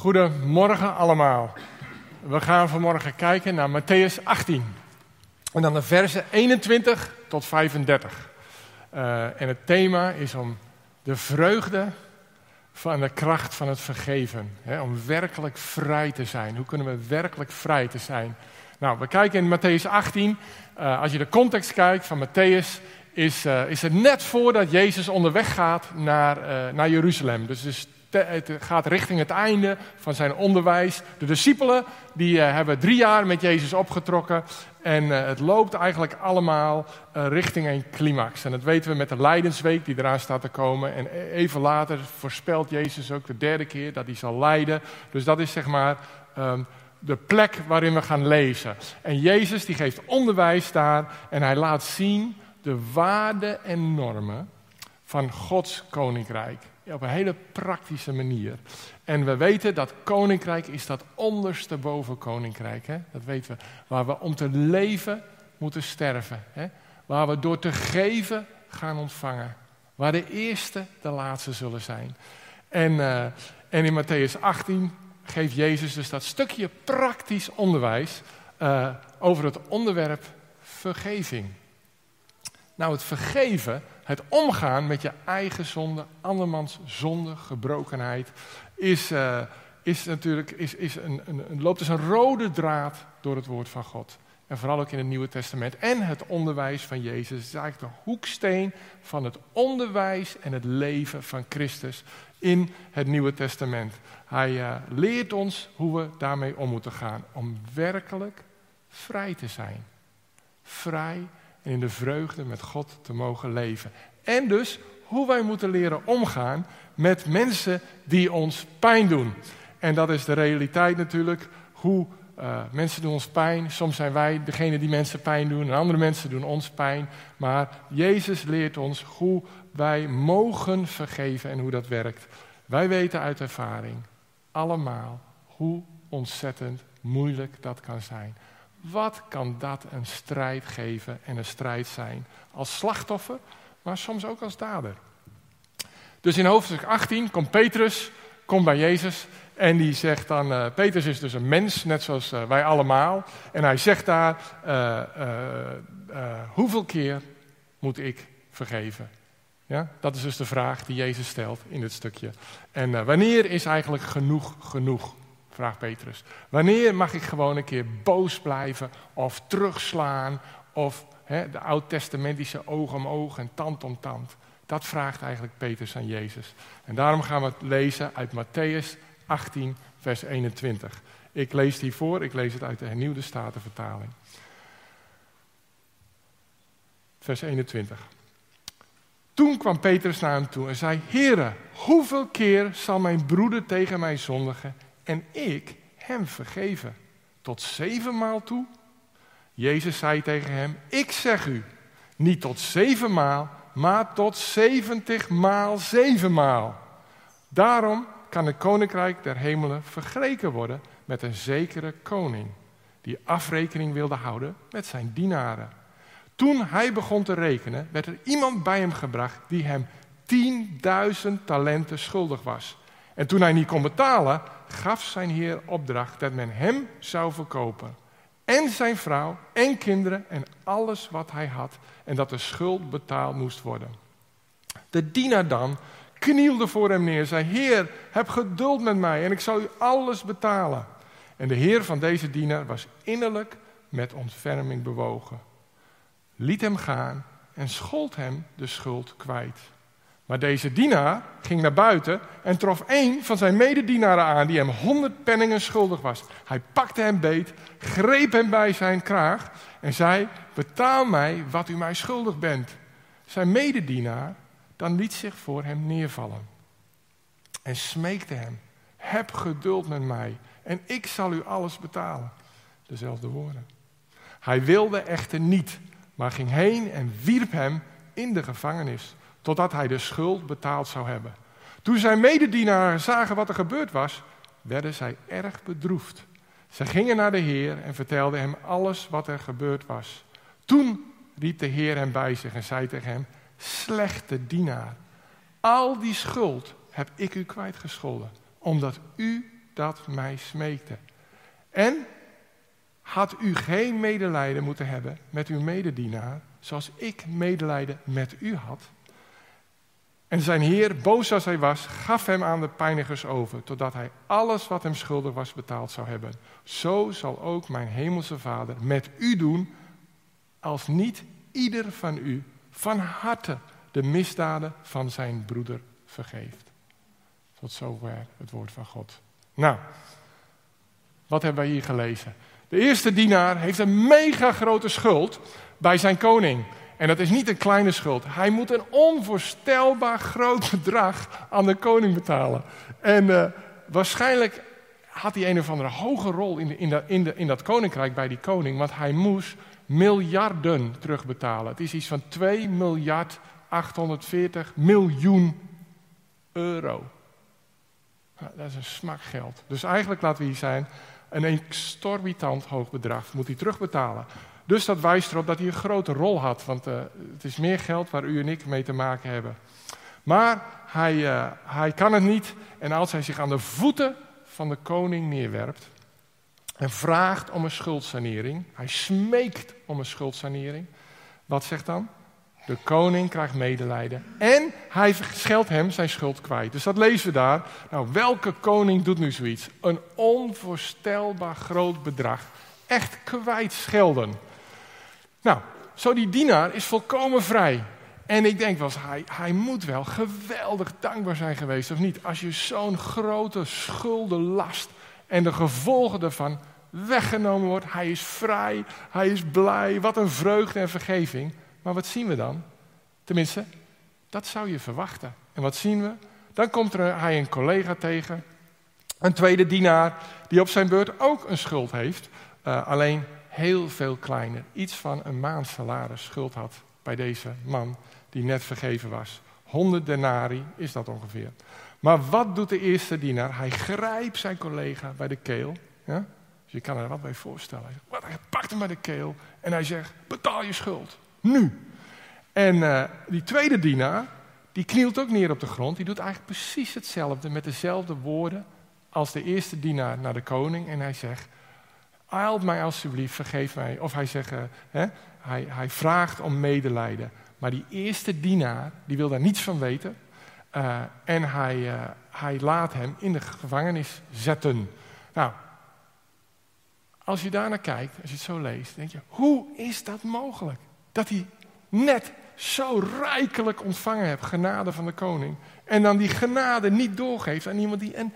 Goedemorgen allemaal. We gaan vanmorgen kijken naar Mattheüs 18. En dan de versen 21 tot 35. En het thema is om de vreugde van de kracht van het vergeven. Hè, om werkelijk vrij te zijn. Hoe kunnen we werkelijk vrij te zijn? Nou, we kijken in Mattheüs 18. Als je de context kijkt van Mattheüs, is het net voordat Jezus onderweg gaat naar Jeruzalem. Dus het gaat richting het einde van zijn onderwijs. De discipelen die hebben 3 jaar met Jezus opgetrokken. En het loopt eigenlijk allemaal richting een climax. En dat weten we met de Lijdensweek die eraan staat te komen. En even later voorspelt Jezus ook de 3e keer dat hij zal lijden. Dus dat is zeg maar de plek waarin we gaan lezen. En Jezus die geeft onderwijs daar. En hij laat zien de waarden en normen van Gods koninkrijk. Op een hele praktische manier. En we weten dat koninkrijk is dat onderste boven koninkrijk. Hè? Dat weten we. Waar we om te leven moeten sterven. Hè? Waar we door te geven gaan ontvangen. Waar de eerste de laatste zullen zijn. En in Mattheüs 18 geeft Jezus dus dat stukje praktisch onderwijs over het onderwerp vergeving. Nou, het vergeven, het omgaan met je eigen zonde, andermans zonde, gebrokenheid, loopt dus een rode draad door het woord van God. En vooral ook in het Nieuwe Testament. En het onderwijs van Jezus is eigenlijk de hoeksteen van het onderwijs en het leven van Christus in het Nieuwe Testament. Hij leert ons hoe we daarmee om moeten gaan. Om werkelijk vrij te zijn. Vrij en in de vreugde met God te mogen leven. En dus hoe wij moeten leren omgaan met mensen die ons pijn doen. En dat is de realiteit natuurlijk. Hoe mensen doen ons pijn. Soms zijn wij degene die mensen pijn doen. En andere mensen doen ons pijn. Maar Jezus leert ons hoe wij mogen vergeven en hoe dat werkt. Wij weten uit ervaring allemaal hoe ontzettend moeilijk dat kan zijn. Wat kan dat een strijd geven en een strijd zijn? Als slachtoffer, maar soms ook als dader. Dus in hoofdstuk 18 komt Petrus bij Jezus. En die zegt dan, Petrus is dus een mens, net zoals wij allemaal. En hij zegt daar, hoeveel keer moet ik vergeven? Ja, dat is dus de vraag die Jezus stelt in dit stukje. En wanneer is eigenlijk genoeg? Vraagt Petrus. Wanneer mag ik gewoon een keer boos blijven of terugslaan of de oud-testamentische oog om oog en tand om tand? Dat vraagt eigenlijk Petrus aan Jezus. En daarom gaan we het lezen uit Mattheüs 18 vers 21. Ik lees die voor, ik lees het uit de hernieuwde Statenvertaling. Vers 21. Toen kwam Petrus naar hem toe en zei: Heere, hoeveel keer zal mijn broeder tegen mij zondigen en ik hem vergeven? Tot 7 maal toe? Jezus zei tegen hem: Ik zeg u, niet tot 7 maal, maar tot 70 maal 7 maal. Daarom kan het koninkrijk der hemelen vergeleken worden met een zekere koning, die afrekening wilde houden met zijn dienaren. Toen hij begon te rekenen, werd er iemand bij hem gebracht die hem 10.000 talenten schuldig was. En toen hij niet kon betalen, gaf zijn heer opdracht dat men hem zou verkopen. En zijn vrouw en kinderen en alles wat hij had. En dat de schuld betaald moest worden. De dienaar dan knielde voor hem neer en zei: Heer, heb geduld met mij en ik zal u alles betalen. En de heer van deze dienaar was innerlijk met ontferming bewogen. Liet hem gaan en schold hem de schuld kwijt. Maar deze dienaar ging naar buiten en trof een van zijn mededienaren aan die hem 100 penningen schuldig was. Hij pakte hem beet, greep hem bij zijn kraag en zei: Betaal mij wat u mij schuldig bent. Zijn mededienaar dan liet zich voor hem neervallen en smeekte hem: Heb geduld met mij en ik zal u alles betalen. Dezelfde woorden. Hij wilde echter niet, maar ging heen en wierp hem in de gevangenis, totdat hij de schuld betaald zou hebben. Toen zijn mededienaren zagen wat er gebeurd was, werden zij erg bedroefd. Ze gingen naar de Heer en vertelden hem alles wat er gebeurd was. Toen riep de Heer hem bij zich en zei tegen hem: Slechte dienaar, al die schuld heb ik u kwijtgescholden, omdat u dat mij smeekte. En had u geen medelijden moeten hebben met uw mededienaar, zoals ik medelijden met u had? En zijn heer, boos als hij was, gaf hem aan de pijnigers over, totdat hij alles wat hem schuldig was betaald zou hebben. Zo zal ook mijn hemelse Vader met u doen, als niet ieder van u van harte de misdaden van zijn broeder vergeeft. Tot zover het woord van God. Nou, wat hebben wij hier gelezen? De eerste dienaar heeft een mega grote schuld bij zijn koning. En dat is niet een kleine schuld. Hij moet een onvoorstelbaar groot bedrag aan de koning betalen. En waarschijnlijk had hij een of andere hoge rol in dat koninkrijk bij die koning. Want hij moest miljarden terugbetalen. Het is iets van 2.840.000.000 euro. Nou, dat is een smak geld. Dus eigenlijk, laten we hier zijn, een exorbitant hoog bedrag moet hij terugbetalen. Dus dat wijst erop dat hij een grote rol had. Want het is meer geld waar u en ik mee te maken hebben. Maar hij kan het niet. En als hij zich aan de voeten van de koning neerwerpt en vraagt om een schuldsanering. Hij smeekt om een schuldsanering. Wat zegt dan? De koning krijgt medelijden. En hij scheldt hem zijn schuld kwijt. Dus dat lezen we daar. Nou, welke koning doet nu zoiets? Een onvoorstelbaar groot bedrag. Echt kwijtschelden. Nou, zo die dienaar is volkomen vrij. En ik denk wel eens, hij moet wel geweldig dankbaar zijn geweest, of niet? Als je zo'n grote schuldenlast en de gevolgen daarvan weggenomen wordt. Hij is vrij, hij is blij, wat een vreugde en vergeving. Maar wat zien we dan? Tenminste, dat zou je verwachten. En wat zien we? Dan komt hij een collega tegen, een tweede dienaar, die op zijn beurt ook een schuld heeft. Alleen heel veel kleiner. Iets van een maandsalaris schuld had bij deze man die net vergeven was. 100 denari is dat ongeveer. Maar wat doet de eerste dienaar? Hij grijpt zijn collega bij de keel. Ja? Dus je kan er wat bij voorstellen. Hij pakt hem bij de keel en hij zegt, betaal je schuld. Nu. En die tweede dienaar, die knielt ook neer op de grond. Die doet eigenlijk precies hetzelfde met dezelfde woorden als de eerste dienaar naar de koning. En hij zegt, help mij alsjeblieft, vergeef mij. Of hij zegt, hij vraagt om medelijden. Maar die eerste dienaar, die wil daar niets van weten. En hij laat hem in de gevangenis zetten. Nou, als je daar naar kijkt, als je het zo leest, denk je, hoe is dat mogelijk? Dat hij net zo rijkelijk ontvangen heeft, genade van de koning. En dan die genade niet doorgeeft aan iemand die een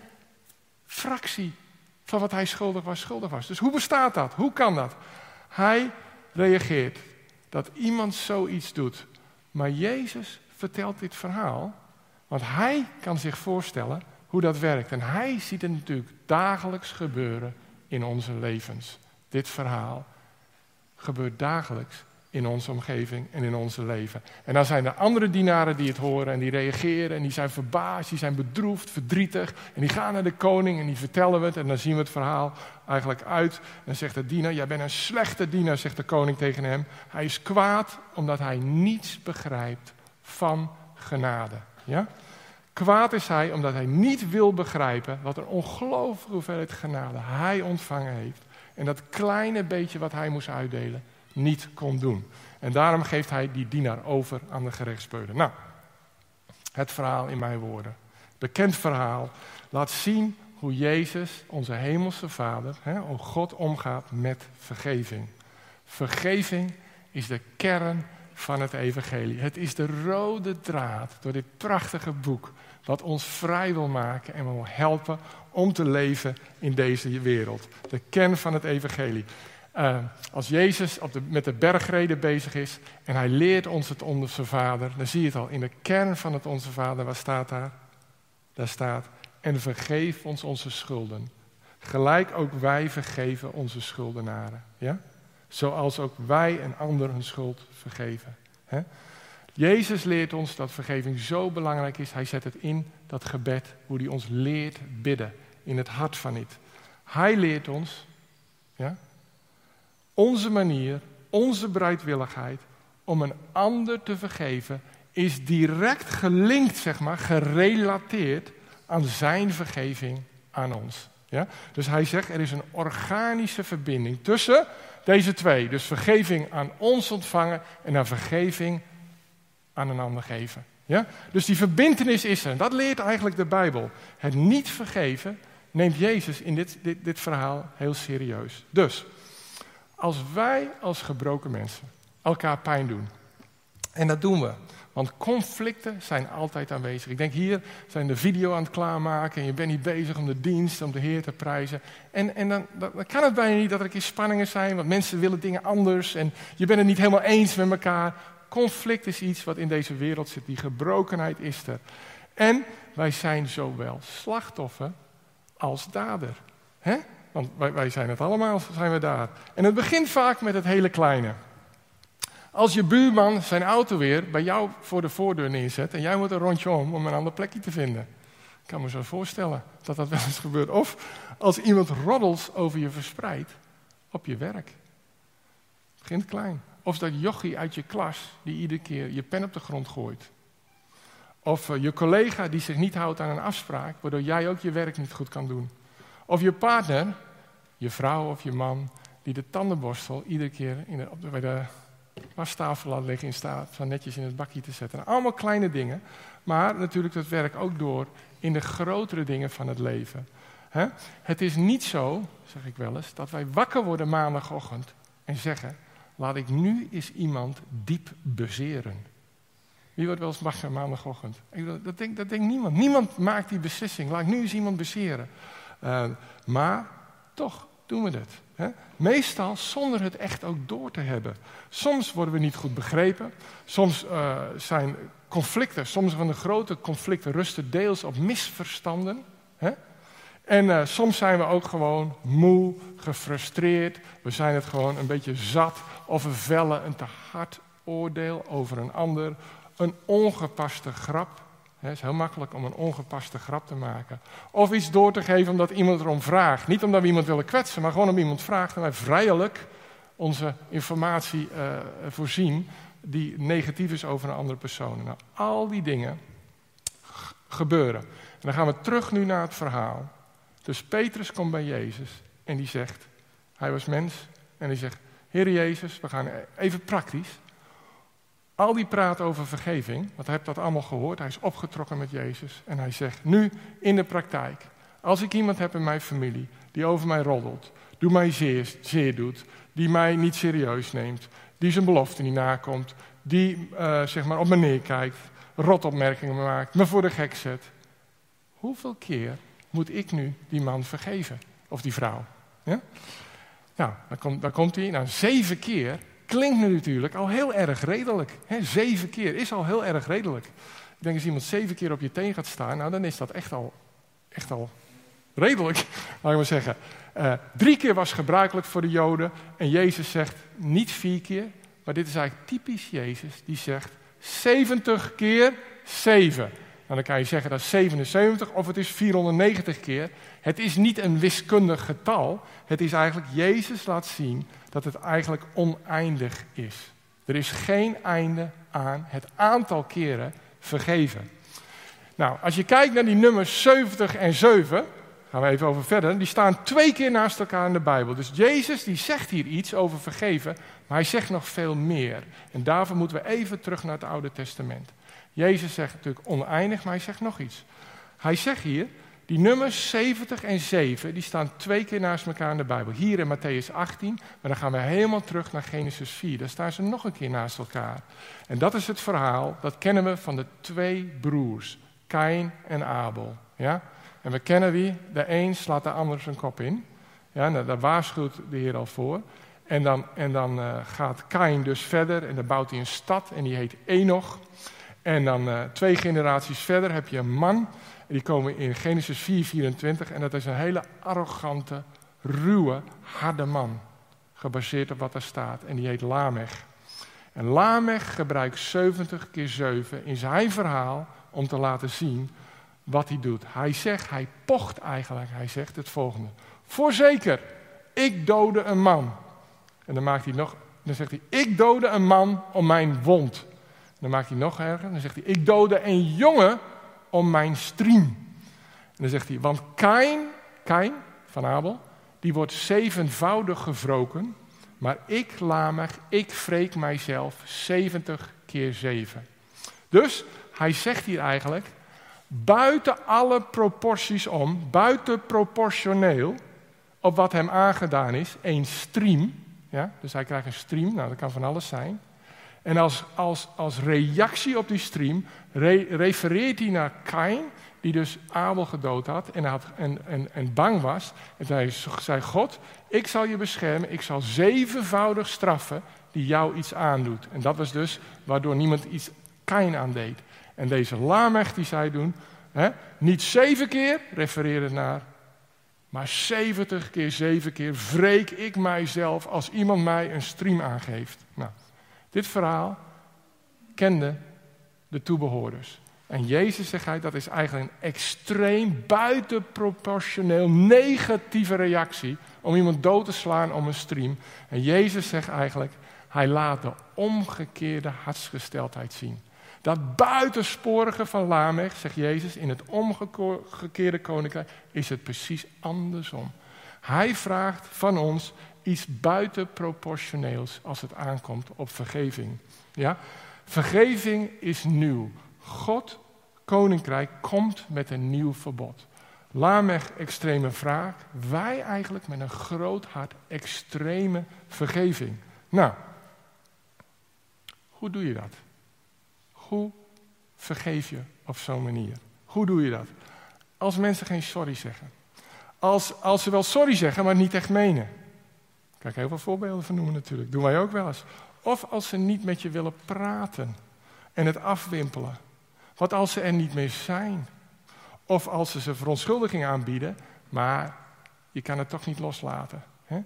fractie van wat hij schuldig was. Dus hoe bestaat dat? Hoe kan dat? Hij reageert dat iemand zoiets doet. Maar Jezus vertelt dit verhaal, want hij kan zich voorstellen hoe dat werkt. En hij ziet het natuurlijk dagelijks gebeuren in onze levens. Dit verhaal gebeurt dagelijks in onze omgeving en in onze leven. En dan zijn er andere dienaren die het horen en die reageren en die zijn verbaasd, die zijn bedroefd, verdrietig. En die gaan naar de koning en die vertellen het en dan zien we het verhaal eigenlijk uit. En dan zegt de dienaar, jij bent een slechte dienaar, zegt de koning tegen hem. Hij is kwaad omdat hij niets begrijpt van genade. Ja? Kwaad is hij omdat hij niet wil begrijpen wat een ongelooflijke hoeveelheid genade hij ontvangen heeft. En dat kleine beetje wat hij moest uitdelen niet kon doen. En daarom geeft hij die dienaar over aan de gerechtsbeulen. Nou, het verhaal in mijn woorden. Bekend verhaal laat zien hoe Jezus, onze hemelse Vader, hoe God omgaat met vergeving. Vergeving is de kern van het evangelie. Het is de rode draad door dit prachtige boek wat ons vrij wil maken en wil helpen om te leven in deze wereld. De kern van het evangelie. Als Jezus met de bergreden bezig is en hij leert ons het Onze Vader, dan zie je het al in de kern van het Onze Vader. Wat staat daar? Daar staat, en vergeef ons onze schulden. Gelijk ook wij vergeven onze schuldenaren. Ja? Zoals ook wij een ander hun schuld vergeven. Hè? Jezus leert ons dat vergeving zo belangrijk is. Hij zet het in dat gebed, hoe hij ons leert bidden. In het hart van het. Hij leert ons, ja, onze manier, onze bereidwilligheid om een ander te vergeven is direct gelinkt, gerelateerd aan zijn vergeving aan ons. Ja? Dus hij zegt, er is een organische verbinding tussen deze twee. Dus vergeving aan ons ontvangen en dan vergeving aan een ander geven. Ja? Dus die verbintenis is er. En dat leert eigenlijk de Bijbel. Het niet vergeven neemt Jezus in dit verhaal heel serieus. Dus, als wij als gebroken mensen elkaar pijn doen, en dat doen we, want conflicten zijn altijd aanwezig. Ik denk, hier zijn de video aan het klaarmaken en je bent niet bezig om de dienst, om de Heer te prijzen. En dan kan het bijna niet dat er een keer spanningen zijn, want mensen willen dingen anders en je bent het niet helemaal eens met elkaar. Conflict is iets wat in deze wereld zit, die gebrokenheid is er. En wij zijn zowel slachtoffer als dader. Hè? Want wij zijn het allemaal, zijn we daar. En het begint vaak met het hele kleine. Als je buurman zijn auto weer bij jou voor de voordeur neerzet en jij moet een rondje om een ander plekje te vinden. Ik kan me zo voorstellen dat dat wel eens gebeurt. Of als iemand roddels over je verspreidt op je werk. Het begint klein. Of dat jochie uit je klas die iedere keer je pen op de grond gooit. Of je collega die zich niet houdt aan een afspraak, waardoor jij ook je werk niet goed kan doen. Of je partner, je vrouw of je man, die de tandenborstel iedere keer bij de wastafel laat liggen in staat van netjes in het bakje te zetten. Allemaal kleine dingen, maar natuurlijk dat werkt ook door in de grotere dingen van het leven. Het is niet zo, zeg ik wel eens, dat wij wakker worden maandagochtend en zeggen, laat ik nu eens iemand diep bezeren. Wie wordt wel eens wakker maandagochtend? Dat denkt niemand. Niemand maakt die beslissing. Laat ik nu eens iemand bezeren. Maar toch doen we het. Hè? Meestal zonder het echt ook door te hebben. Soms worden we niet goed begrepen. Soms zijn conflicten, soms van de grote conflicten rusten deels op misverstanden. Hè? En soms zijn we ook gewoon moe, gefrustreerd. We zijn het gewoon een beetje zat. Of we vellen een te hard oordeel over een ander. Een ongepaste grap. Het is heel makkelijk om een ongepaste grap te maken. Of iets door te geven omdat iemand erom vraagt. Niet omdat we iemand willen kwetsen, maar gewoon omdat iemand vraagt. En wij vrijelijk onze informatie voorzien die negatief is over een andere persoon. Nou, al die dingen gebeuren. En dan gaan we terug nu naar het verhaal. Dus Petrus komt bij Jezus en die zegt, hij was mens. En die zegt, Heer Jezus, we gaan even praktisch. Al die praat over vergeving, want hij heeft dat allemaal gehoord. Hij is opgetrokken met Jezus. En hij zegt, nu in de praktijk. Als ik iemand heb in mijn familie die over mij roddelt, die mij zeer doet, die mij niet serieus neemt, die zijn belofte niet nakomt, die zeg maar op me neerkijkt, rotopmerkingen maakt, me voor de gek zet. Hoeveel keer moet ik nu die man vergeven? Of die vrouw? Ja? Nou, dan komt hij. Nou, 7 keer klinkt nu natuurlijk al heel erg redelijk. 7 keer is al heel erg redelijk. Ik denk als iemand 7 keer op je teen gaat staan, nou dan is dat echt al redelijk, laat ik maar zeggen. 3 keer was gebruikelijk voor de Joden. En Jezus zegt niet 4 keer, maar dit is eigenlijk typisch Jezus. Die zegt 70 keer 7. Nou, dan kan je zeggen dat is 77 of het is 490 keer. Het is niet een wiskundig getal. Het is eigenlijk, Jezus laat zien dat het eigenlijk oneindig is. Er is geen einde aan het aantal keren vergeven. Nou, als je kijkt naar die nummers 70 en 7, gaan we even over verder. Die staan 2 keer naast elkaar in de Bijbel. Dus Jezus die zegt hier iets over vergeven, maar hij zegt nog veel meer. En daarvoor moeten we even terug naar het Oude Testament. Jezus zegt natuurlijk oneindig, maar hij zegt nog iets. Hij zegt hier, die nummers 70 en 7, die staan 2 keer naast elkaar in de Bijbel. Hier in Matthäus 18, maar dan gaan we helemaal terug naar Genesis 4. Daar staan ze nog een keer naast elkaar. En dat is het verhaal, dat kennen we van de 2 broers, Kain en Abel. Ja? En we kennen wie? De een slaat de ander zijn kop in. Ja, nou, daar waarschuwt de Heer al voor. En dan gaat Kain dus verder en dan bouwt hij een stad en die heet Enoch. En dan 2 generaties verder heb je een man. Die komen in Genesis 4:24 en dat is een hele arrogante, ruwe, harde man. Gebaseerd op wat er staat. En die heet Lamech. En Lamech gebruikt 70 keer 7 in zijn verhaal om te laten zien wat hij doet. Hij pocht eigenlijk, hij zegt het volgende. Voorzeker, ik doodde een man. En dan zegt hij, ik doodde een man om mijn wond. Dan maakt hij nog erger. Dan zegt hij, ik doodde een jongen om mijn striem. En dan zegt hij, want Kain van Abel, die wordt 7voudig gewroken. Maar ik, Lamech, ik wreek mijzelf 70 keer 7. Dus hij zegt hier eigenlijk, buiten alle proporties om, buiten proportioneel op wat hem aangedaan is, een stream. Ja? Dus hij krijgt een stream, nou dat kan van alles zijn. En als reactie op die stream refereert hij naar Kain, die dus Abel gedood had en bang was. En hij zei, God, ik zal je beschermen, ik zal 7voudig straffen die jou iets aandoet. En dat was dus waardoor niemand iets Kain aandeed. En deze Lamech die zei doen, niet 7 keer, refereerde naar, maar 70 keer 7 keer wreek ik mijzelf als iemand mij een stream aangeeft. Nou, dit verhaal kenden de toebehoorders. En Jezus, zegt hij, dat is eigenlijk een extreem buitenproportioneel negatieve reactie om iemand dood te slaan om een stream. En Jezus zegt eigenlijk, hij laat de omgekeerde hartsgesteldheid zien. Dat buitensporige van Lamech, zegt Jezus, in het omgekeerde koninkrijk is het precies andersom. Hij vraagt van ons iets buitenproportioneels als het aankomt op vergeving. Ja? Vergeving is nieuw. God, koninkrijk, komt met een nieuw verbod. Lamech, extreme wraak. Wij eigenlijk met een groot hart, extreme vergeving. Nou, hoe doe je dat? Hoe vergeef je op zo'n manier? Hoe doe je dat? Als mensen geen sorry zeggen. Als ze wel sorry zeggen, maar niet echt menen. Daar kan ik heel veel voorbeelden van noemen natuurlijk. Doen wij ook wel eens. Of als ze niet met je willen praten en het afwimpelen. Wat als ze er niet meer zijn? Of als ze verontschuldiging aanbieden, maar je kan het toch niet loslaten. Hè?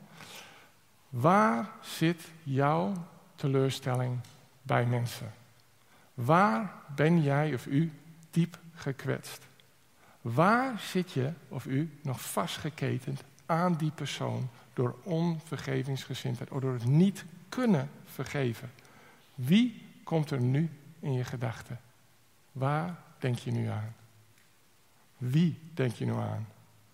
Waar zit jouw teleurstelling bij mensen? Waar ben jij of u diep gekwetst? Waar zit je of u nog vastgeketend aan die persoon door onvergevingsgezindheid of door het niet kunnen vergeven? Wie komt er nu in je gedachten? Waar denk je nu aan? Wie denk je nu aan?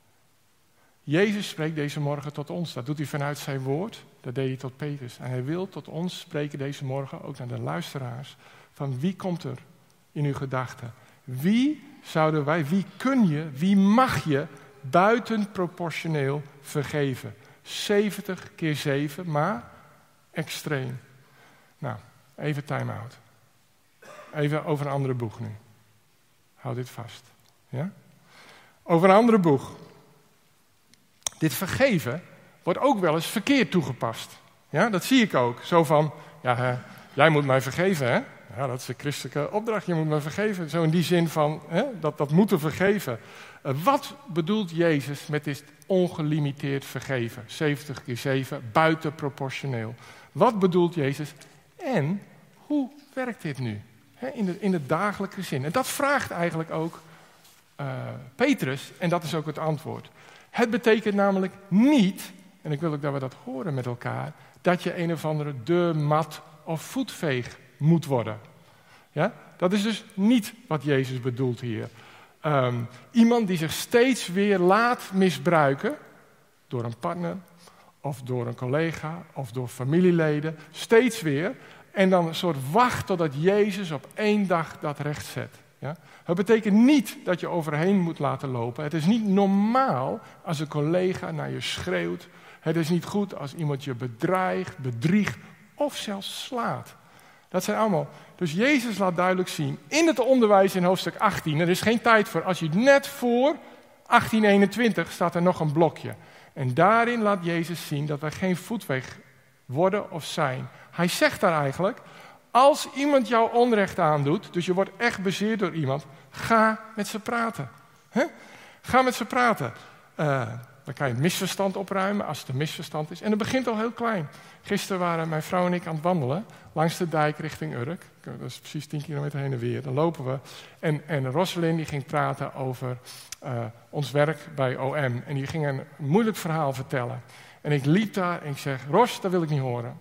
Jezus spreekt deze morgen tot ons. Dat doet hij vanuit zijn woord. Dat deed hij tot Petrus. En hij wil tot ons spreken deze morgen, ook naar de luisteraars. Van wie komt er in uw gedachten? Wie kun je, wie mag je buitenproportioneel vergeven? 70 keer 7, maar extreem. Nou, even time-out. Even over een andere boeg nu. Hou dit vast. Ja? Over een andere boeg. Dit vergeven wordt ook wel eens verkeerd toegepast. Ja, dat zie ik ook. Zo van, jij moet mij vergeven, hè? Ja, dat is de christelijke opdracht, je moet mij vergeven. Zo in die zin van, dat moeten vergeven. Wat bedoelt Jezus met dit ongelimiteerd vergeven? 70 keer 7, buitenproportioneel. Wat bedoelt Jezus? En hoe werkt dit nu? In de dagelijkse zin. En dat vraagt eigenlijk ook Petrus, en dat is ook het antwoord. Het betekent namelijk niet, en ik wil ook dat we dat horen met elkaar, dat je een of andere deur, mat of voetveeg moet worden. Ja? Dat is dus niet wat Jezus bedoelt hier. Iemand die zich steeds weer laat misbruiken door een partner of door een collega of door familieleden, steeds weer, en dan een soort wacht totdat Jezus op één dag dat recht zet. Ja? Het betekent niet dat je overheen moet laten lopen. Het is niet normaal als een collega naar je schreeuwt. Het is niet goed als iemand je bedreigt, bedriegt of zelfs slaat. Dat zijn allemaal. Dus Jezus laat duidelijk zien in het onderwijs in hoofdstuk 18. Er is geen tijd voor. Als je net voor 18:21 staat er nog een blokje. En daarin laat Jezus zien dat wij geen voetweg worden of zijn. Hij zegt daar eigenlijk, als iemand jou onrecht aandoet, dus je wordt echt bezeerd door iemand, ga met ze praten. Ga met ze praten. Dan kan je het misverstand opruimen als het een misverstand is. En dat begint al heel klein. Gisteren waren mijn vrouw en ik aan het wandelen langs de dijk richting Urk. Dat is precies 10 kilometer heen en weer. Dan lopen we. En Rosalind die ging praten over ons werk bij OM. En die ging een moeilijk verhaal vertellen. En ik liep daar en ik zeg, Ros, dat wil ik niet horen.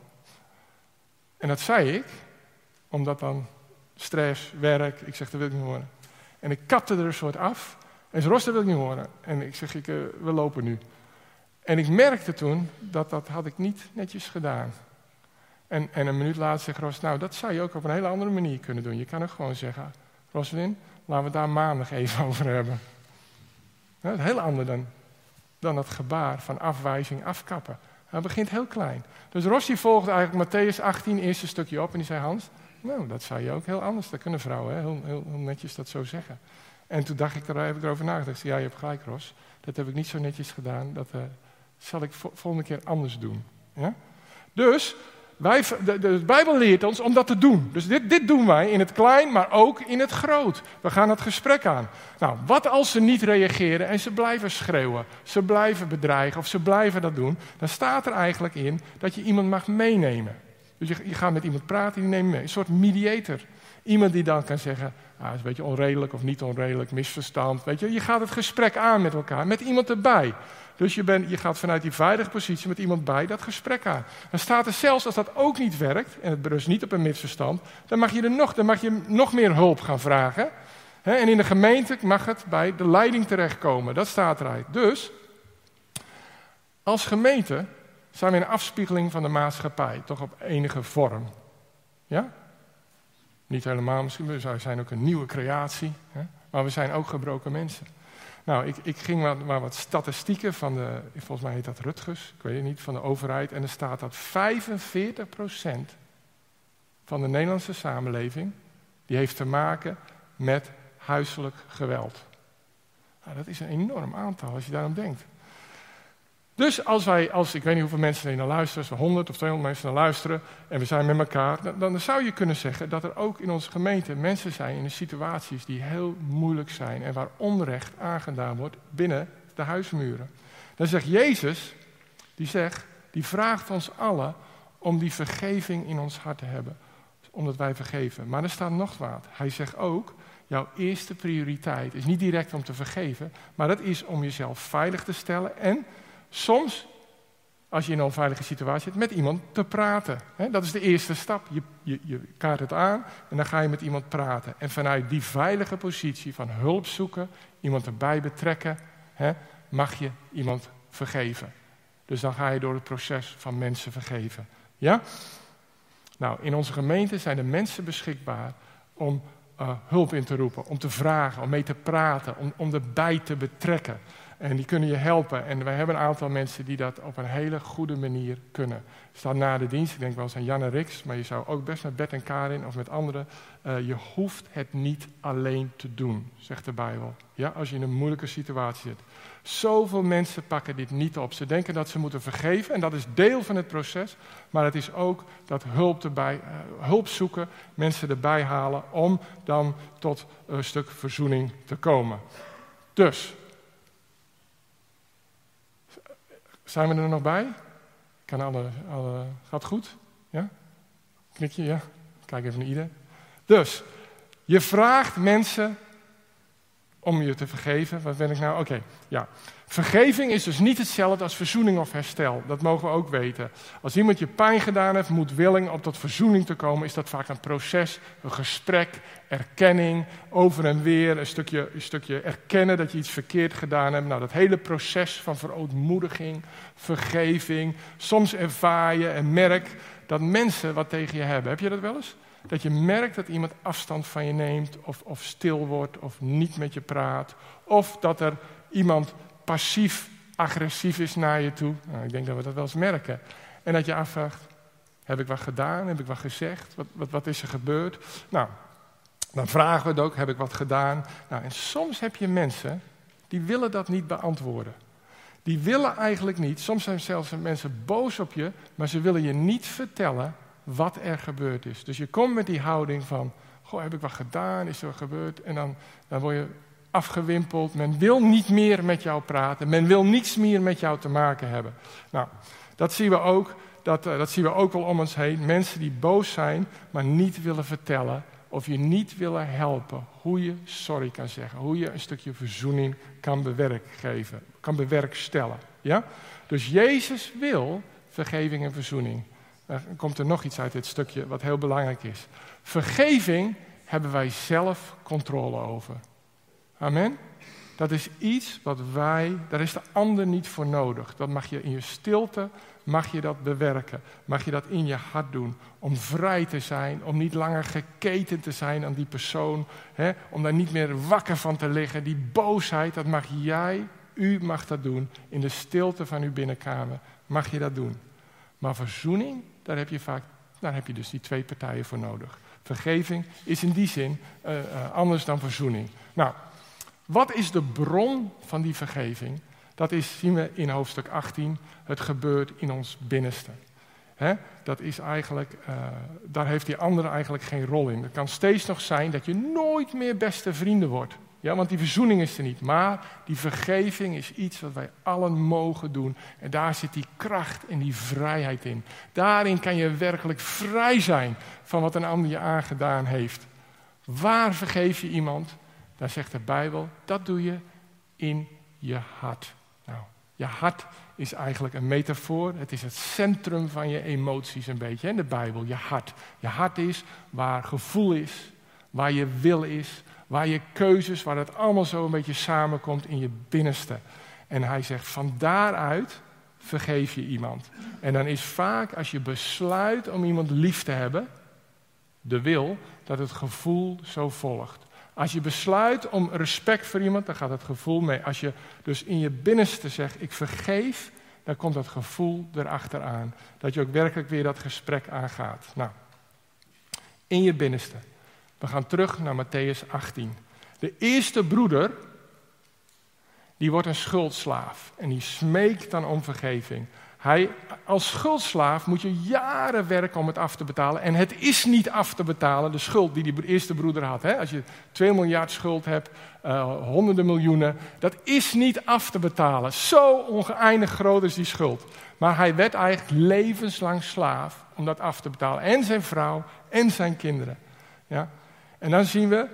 En dat zei ik, omdat dan stress, werk, ik zeg, dat wil ik niet horen. En ik kapte er een soort af. En ze Ros, dat wil ik niet horen. En ik zeg, we lopen nu. En ik merkte toen dat had ik niet netjes gedaan. En een minuut later zegt Ros, nou, dat zou je ook op een hele andere manier kunnen doen. Je kan ook gewoon zeggen, Roslyn, laten we het daar maandag even over hebben. Dat is heel anders dan dat gebaar van afwijzing, afkappen. Hij begint heel klein. Dus Ros die volgde eigenlijk Mattheüs 18, eerste stukje op. En die zei, Hans, nou, dat zou je ook heel anders. Dat kunnen vrouwen heel netjes dat zo zeggen. En toen heb ik erover nagedacht. Ja, je hebt gelijk, Ros. Dat heb ik niet zo netjes gedaan. Dat zal ik volgende keer anders doen. Ja? Dus de Bijbel leert ons om dat te doen. Dus dit doen wij in het klein, maar ook in het groot. We gaan het gesprek aan. Nou, wat als ze niet reageren en ze blijven schreeuwen, ze blijven bedreigen of ze blijven dat doen, dan staat er eigenlijk in dat je iemand mag meenemen. Dus je gaat met iemand praten, die neemt je mee. Een soort mediator. Iemand die dan kan zeggen, dat is een beetje onredelijk of niet onredelijk, misverstand. Weet je gaat het gesprek aan met elkaar, met iemand erbij. Dus je gaat vanuit die veilige positie met iemand bij dat gesprek aan. Dan staat er zelfs als dat ook niet werkt, en het berust niet op een misverstand, dan mag je nog meer hulp gaan vragen. En in de gemeente mag het bij de leiding terechtkomen. Dat staat eruit. Dus, als gemeente zijn we een afspiegeling van de maatschappij, toch op enige vorm. Ja? Niet helemaal misschien, we zijn ook een nieuwe creatie, maar we zijn ook gebroken mensen. Nou, ik ging maar wat statistieken van volgens mij heet dat Rutgers, ik weet het niet, van de overheid. En er staat dat 45% van de Nederlandse samenleving, die heeft te maken met huiselijk geweld. Nou, dat is een enorm aantal als je daarom denkt. Dus ik weet niet hoeveel mensen er naar luisteren, als er 100 of 200 mensen naar luisteren en we zijn met elkaar, dan zou je kunnen zeggen dat er ook in onze gemeente mensen zijn in de situaties die heel moeilijk zijn en waar onrecht aangedaan wordt binnen de huismuren. Dan zegt Jezus, die vraagt ons allen om die vergeving in ons hart te hebben, omdat wij vergeven. Maar er staat nog wat. Hij zegt ook, jouw eerste prioriteit is niet direct om te vergeven, maar dat is om jezelf veilig te stellen en soms, als je in een onveilige situatie zit, met iemand te praten. Dat is de eerste stap. Je kaart het aan en dan ga je met iemand praten. En vanuit die veilige positie van hulp zoeken, iemand erbij betrekken, mag je iemand vergeven. Dus dan ga je door het proces van mensen vergeven. Ja? Nou, in onze gemeente zijn er mensen beschikbaar om hulp in te roepen, om te vragen, om mee te praten, om erbij te betrekken. En die kunnen je helpen. En wij hebben een aantal mensen die dat op een hele goede manier kunnen. Staat na de dienst, ik denk wel eens aan Jan en Rix, maar je zou ook best met Bert en Karin of met anderen. Je hoeft het niet alleen te doen, zegt de Bijbel. Ja, als je in een moeilijke situatie zit. Zoveel mensen pakken dit niet op. Ze denken dat ze moeten vergeven en dat is deel van het proces. Maar het is ook dat hulp zoeken, mensen erbij halen om dan tot een stuk verzoening te komen. Dus, zijn we er nog bij? Gaat goed? Ja? Knik je? Ja? Kijk even naar ieder. Dus, je vraagt mensen om je te vergeven. Wat ben ik nou? Oké, ja. Vergeving is dus niet hetzelfde als verzoening of herstel. Dat mogen we ook weten. Als iemand je pijn gedaan heeft, moedwillig om tot verzoening te komen, is dat vaak een proces, een gesprek, erkenning, over en weer, een stukje erkennen dat je iets verkeerd gedaan hebt. Nou, dat hele proces van verootmoediging, vergeving. Soms ervaar je en merk dat mensen wat tegen je hebben. Heb je dat wel eens? Dat je merkt dat iemand afstand van je neemt, of stil wordt, of niet met je praat. Of dat er iemand passief-agressief is naar je toe. Nou, ik denk dat we dat wel eens merken. En dat je afvraagt, heb ik wat gedaan? Heb ik wat gezegd? Wat is er gebeurd? Nou, dan vragen we het ook, heb ik wat gedaan? Nou, en soms heb je mensen, die willen dat niet beantwoorden. Die willen eigenlijk niet, soms zijn zelfs mensen boos op je, maar ze willen je niet vertellen wat er gebeurd is. Dus je komt met die houding van, goh, heb ik wat gedaan? Is er wat gebeurd? En dan word je afgewimpeld. Men wil niet meer met jou praten. Men wil niets meer met jou te maken hebben. Nou, dat zien we ook. Dat zien we ook wel om ons heen. Mensen die boos zijn, maar niet willen vertellen of je niet willen helpen. Hoe je sorry kan zeggen. Hoe je een stukje verzoening kan bewerkstelligen. Ja? Dus Jezus wil vergeving en verzoening. Dan komt er nog iets uit dit stukje wat heel belangrijk is. Vergeving hebben wij zelf controle over. Amen. dat is iets wat daar is de ander niet voor nodig. Dat mag je in je stilte, mag je dat bewerken. Mag je dat in je hart doen. Om vrij te zijn, om niet langer geketend te zijn aan die persoon. Om daar niet meer wakker van te liggen. Die boosheid, dat mag u mag dat doen. In de stilte van uw binnenkamer mag je dat doen. Maar verzoening, daar heb je dus die twee partijen voor nodig. Vergeving is in die zin anders dan verzoening. Nou, wat is de bron van die vergeving? Dat zien we in hoofdstuk 18. Het gebeurt in ons binnenste. Dat is eigenlijk, daar heeft die andere eigenlijk geen rol in. Het kan steeds nog zijn dat je nooit meer beste vrienden wordt. Ja, want die verzoening is er niet. Maar die vergeving is iets wat wij allen mogen doen. En daar zit die kracht en die vrijheid in. Daarin kan je werkelijk vrij zijn van wat een ander je aangedaan heeft. Waar vergeef je iemand? Daar zegt de Bijbel, dat doe je in je hart. Nou, je hart is eigenlijk een metafoor. Het is het centrum van je emoties een beetje. In de Bijbel, je hart. Je hart is waar gevoel is, waar je wil is, waar je keuzes, waar het allemaal zo een beetje samenkomt in je binnenste. En hij zegt, van daaruit vergeef je iemand. En dan is vaak, als je besluit om iemand lief te hebben, de wil, dat het gevoel zo volgt. Als je besluit om respect voor iemand, dan gaat het gevoel mee. Als je dus in je binnenste zegt, ik vergeef, dan komt dat gevoel erachteraan. Dat je ook werkelijk weer dat gesprek aangaat. Nou, in je binnenste. We gaan terug naar Mattheüs 18. De eerste broeder, die wordt een schuldslaaf. En die smeekt dan om vergeving. Als schuldslaaf moet je jaren werken om het af te betalen. En het is niet af te betalen, de schuld die eerste broeder had. Als je 2 miljard schuld hebt, honderden miljoenen. Dat is niet af te betalen. Zo ongeëindigd groot is die schuld. Maar hij werd eigenlijk levenslang slaaf om dat af te betalen. En zijn vrouw en zijn kinderen. Ja? En dan zien we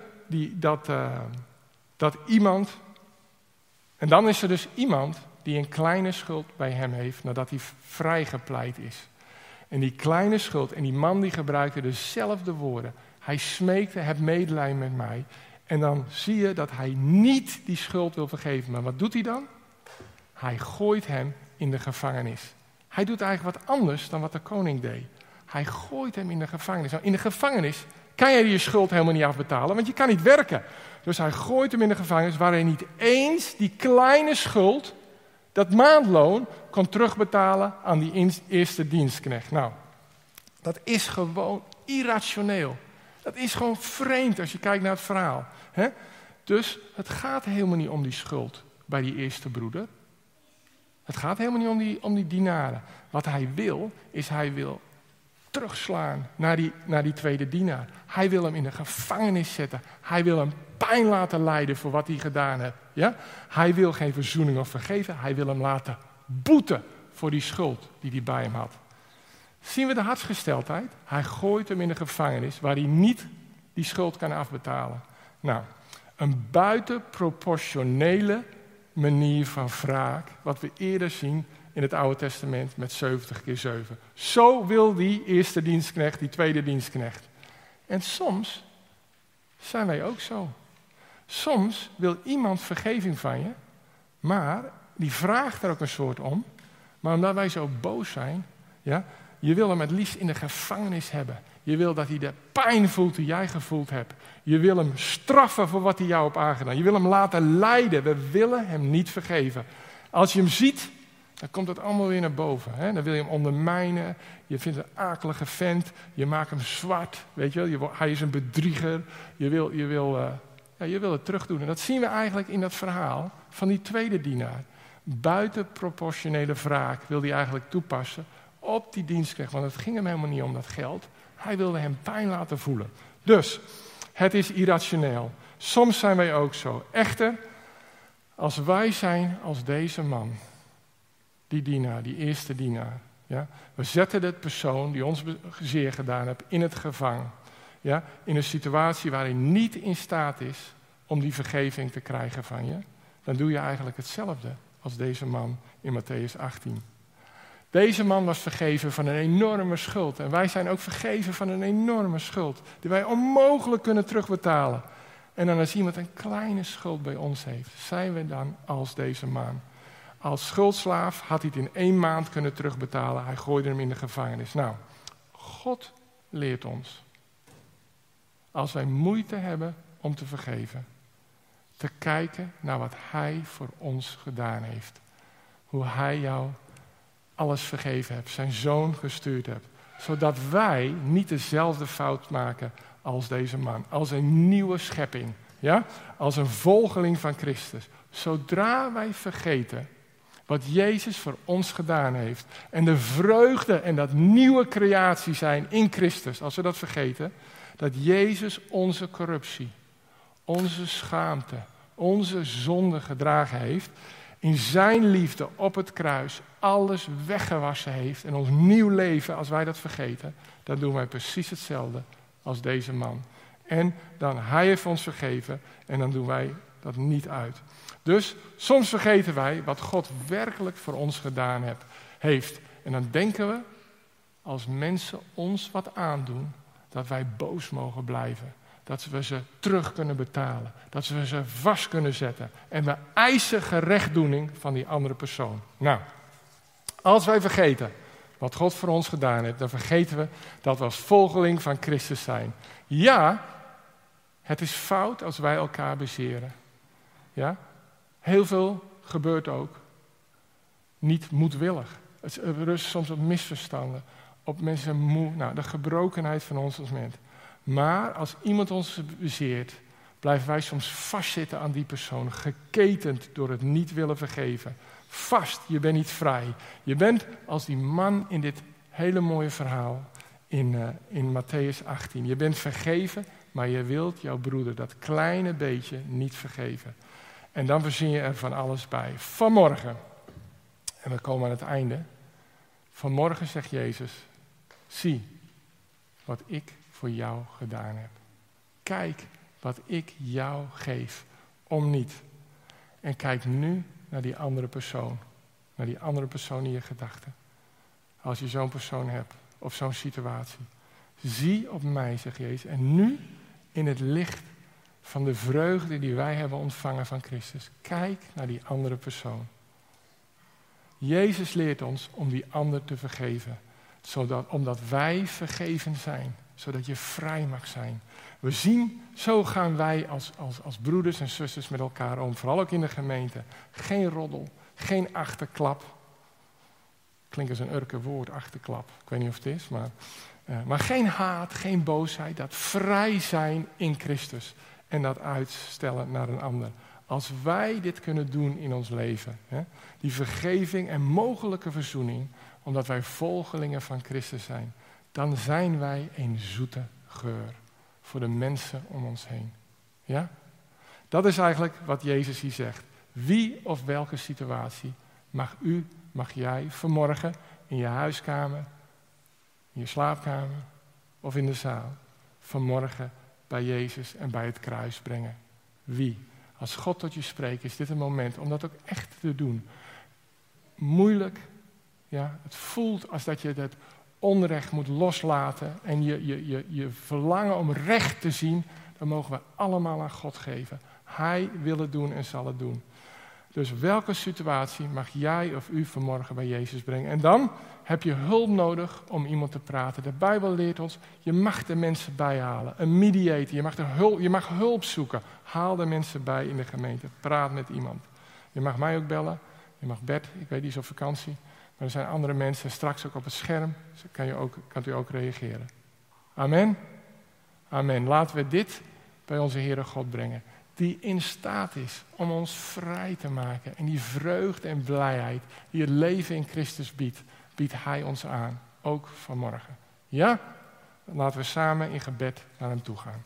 dat iemand... En dan is er dus iemand die een kleine schuld bij hem heeft nadat hij vrijgepleit is. En die kleine schuld, en die man die gebruikte dezelfde woorden. Hij smeekte, heb medelijden met mij. En dan zie je dat hij niet die schuld wil vergeven. Maar wat doet hij dan? Hij gooit hem in de gevangenis. Hij doet eigenlijk wat anders dan wat de koning deed. Hij gooit hem in de gevangenis. Nou, in de gevangenis kan je je schuld helemaal niet afbetalen, want je kan niet werken. Dus hij gooit hem in de gevangenis waar hij niet eens die kleine schuld, dat maandloon, kon terugbetalen aan die eerste dienstknecht. Nou, dat is gewoon irrationeel. Dat is gewoon vreemd als je kijkt naar het verhaal. Dus het gaat helemaal niet om die schuld bij die eerste broeder. Het gaat helemaal niet om die dienaren. Wat hij wil, is hij wil terugslaan naar die tweede dienaar. Hij wil hem in de gevangenis zetten. Hij wil hem pijn laten lijden voor wat hij gedaan heeft. Ja? Hij wil geen verzoening of vergeven. Hij wil hem laten boeten voor die schuld die hij bij hem had. Zien we de hartsgesteldheid? Hij gooit hem in de gevangenis waar hij niet die schuld kan afbetalen. Nou, een buitenproportionele manier van wraak, wat we eerder zien in het Oude Testament met 70 keer 7. Zo wil die eerste dienstknecht, die tweede dienstknecht. En soms zijn wij ook zo. Soms wil iemand vergeving van je, maar die vraagt er ook een soort om. Maar omdat wij zo boos zijn, ja, je wil hem het liefst in de gevangenis hebben. Je wil dat hij de pijn voelt die jij gevoeld hebt. Je wil hem straffen voor wat hij jou heeft aangedaan. Je wil hem laten lijden. We willen hem niet vergeven. Als je hem ziet, dan komt het allemaal weer naar boven. Hè? Dan wil je hem ondermijnen. Je vindt een akelige vent. Je maakt hem zwart. Weet je wel? Hij is een bedrieger. Je wil het terugdoen. En dat zien we eigenlijk in dat verhaal van die tweede dienaar. Buitenproportionele wraak wil hij eigenlijk toepassen op die dienstknecht. Want het ging hem helemaal niet om dat geld. Hij wilde hem pijn laten voelen. Dus, het is irrationeel. Soms zijn wij ook zo. Echter, als wij zijn als deze man, die dienaar, die eerste dienaar. Ja, we zetten de persoon die ons zeer gedaan heeft in het gevangen. Ja, in een situatie waar hij niet in staat is om die vergeving te krijgen van je. Dan doe je eigenlijk hetzelfde als deze man in Mattheüs 18. Deze man was vergeven van een enorme schuld. En wij zijn ook vergeven van een enorme schuld. Die wij onmogelijk kunnen terugbetalen. En dan als iemand een kleine schuld bij ons heeft, zijn we dan als deze man. Als schuldslaaf had hij het in 1 maand kunnen terugbetalen. Hij gooide hem in de gevangenis. Nou, God leert ons, als wij moeite hebben om te vergeven, te kijken naar wat Hij voor ons gedaan heeft. Hoe Hij jou alles vergeven hebt, zijn Zoon gestuurd hebt. Zodat wij niet dezelfde fout maken als deze man. Als een nieuwe schepping. Ja? Als een volgeling van Christus. Zodra wij vergeten wat Jezus voor ons gedaan heeft. En de vreugde en dat nieuwe creatie zijn in Christus. Als we dat vergeten. Dat Jezus onze corruptie, onze schaamte, onze zonde gedragen heeft. In zijn liefde op het kruis alles weggewassen heeft. En ons nieuw leven, als wij dat vergeten, dan doen wij precies hetzelfde als deze man. En dan hij heeft ons vergeven en dan doen wij dat niet uit. Dus soms vergeten wij wat God werkelijk voor ons gedaan heeft. En dan denken we, als mensen ons wat aandoen, dat wij boos mogen blijven. Dat we ze terug kunnen betalen. Dat we ze vast kunnen zetten. En we eisen gerechtdoening van die andere persoon. Nou, als wij vergeten wat God voor ons gedaan heeft, dan vergeten we dat we als volgeling van Christus zijn. Ja, het is fout als wij elkaar bezeren. Ja, heel veel gebeurt ook niet moedwillig. Het rust soms op misverstanden, op mensen moe. Nou, de gebrokenheid van ons als mens. Maar als iemand ons bezeert, blijven wij soms vastzitten aan die persoon. Geketend door het niet willen vergeven. Vast, je bent niet vrij. Je bent als die man in dit hele mooie verhaal in Mattheüs 18. Je bent vergeven, maar je wilt jouw broeder dat kleine beetje niet vergeven. En dan verzin je er van alles bij. Vanmorgen, en we komen aan het einde. Vanmorgen zegt Jezus, zie wat ik voor jou gedaan heb. Kijk wat ik jou geef, om niet. En kijk nu naar die andere persoon. Naar die andere persoon in je gedachten. Als je zo'n persoon hebt, of zo'n situatie. Zie op mij, zegt Jezus. En nu in het licht van de vreugde die wij hebben ontvangen van Christus. Kijk naar die andere persoon. Jezus leert ons om die ander te vergeven. Omdat wij vergeven zijn. Zodat je vrij mag zijn. We zien, zo gaan wij als broeders en zusters met elkaar om. Vooral ook in de gemeente. Geen roddel, geen achterklap. Klinkt als een urke woord, achterklap. Ik weet niet of het is, maar geen haat, geen boosheid. Dat vrij zijn in Christus. En dat uitstellen naar een ander. Als wij dit kunnen doen in ons leven. Die vergeving en mogelijke verzoening. Omdat wij volgelingen van Christus zijn. Dan zijn wij een zoete geur. Voor de mensen om ons heen. Ja? Dat is eigenlijk wat Jezus hier zegt. Wie of welke situatie mag jij vanmorgen in je huiskamer, in je slaapkamer of in de zaal vanmorgen bij Jezus en bij het kruis brengen? Wie? Als God tot je spreekt, is dit een moment om dat ook echt te doen. Moeilijk, ja, het voelt als dat je het onrecht moet loslaten en je verlangen om recht te zien, dan mogen we allemaal aan God geven. Hij wil het doen en zal het doen. Dus welke situatie mag jij of u vanmorgen bij Jezus brengen? En dan heb je hulp nodig om iemand te praten. De Bijbel leert ons, je mag de mensen bijhalen. Een mediator, je mag hulp zoeken. Haal de mensen bij in de gemeente. Praat met iemand. Je mag mij ook bellen. Je mag Bert, ik weet die is op vakantie. Maar er zijn andere mensen, straks ook op het scherm. Dus kan u ook reageren. Amen? Amen. Laten we dit bij onze Heere God brengen. Die in staat is om ons vrij te maken. En die vreugde en blijheid die het leven in Christus biedt Hij ons aan. Ook vanmorgen. Ja? Laten we samen in gebed naar Hem toe gaan.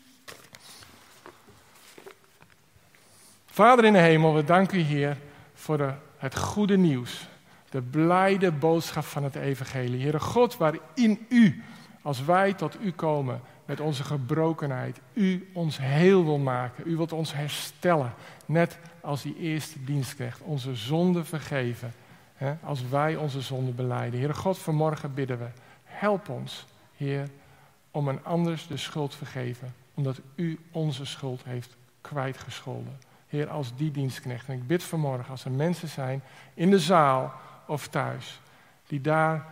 Vader in de hemel, we danken U, Heer, voor het goede nieuws. De blijde boodschap van het evangelie. Heere God, waarin U, als wij tot U komen met onze gebrokenheid, U ons heel wil maken. U wilt ons herstellen. Net als die eerste dienstknecht. Onze zonde vergeven. Als wij onze zonde belijden. Heere God, vanmorgen bidden we. Help ons, Heer, om een anders de schuld vergeven. omdat u onze schuld heeft kwijtgescholden. Heer, als die dienstknecht. En ik bid vanmorgen, als er mensen zijn in de zaal of thuis, die daar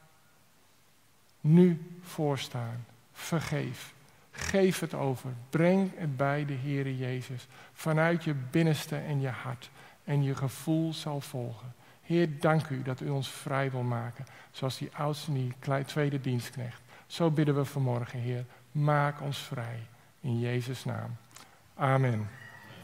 nu voor staan. Vergeef. Geef het over. Breng het bij de Heere Jezus. Vanuit je binnenste en je hart. En je gevoel zal volgen. Heer, dank u dat u ons vrij wil maken. Zoals die oudste en die tweede dienstknecht. Zo bidden we vanmorgen, Heer. Maak ons vrij. In Jezus' naam. Amen.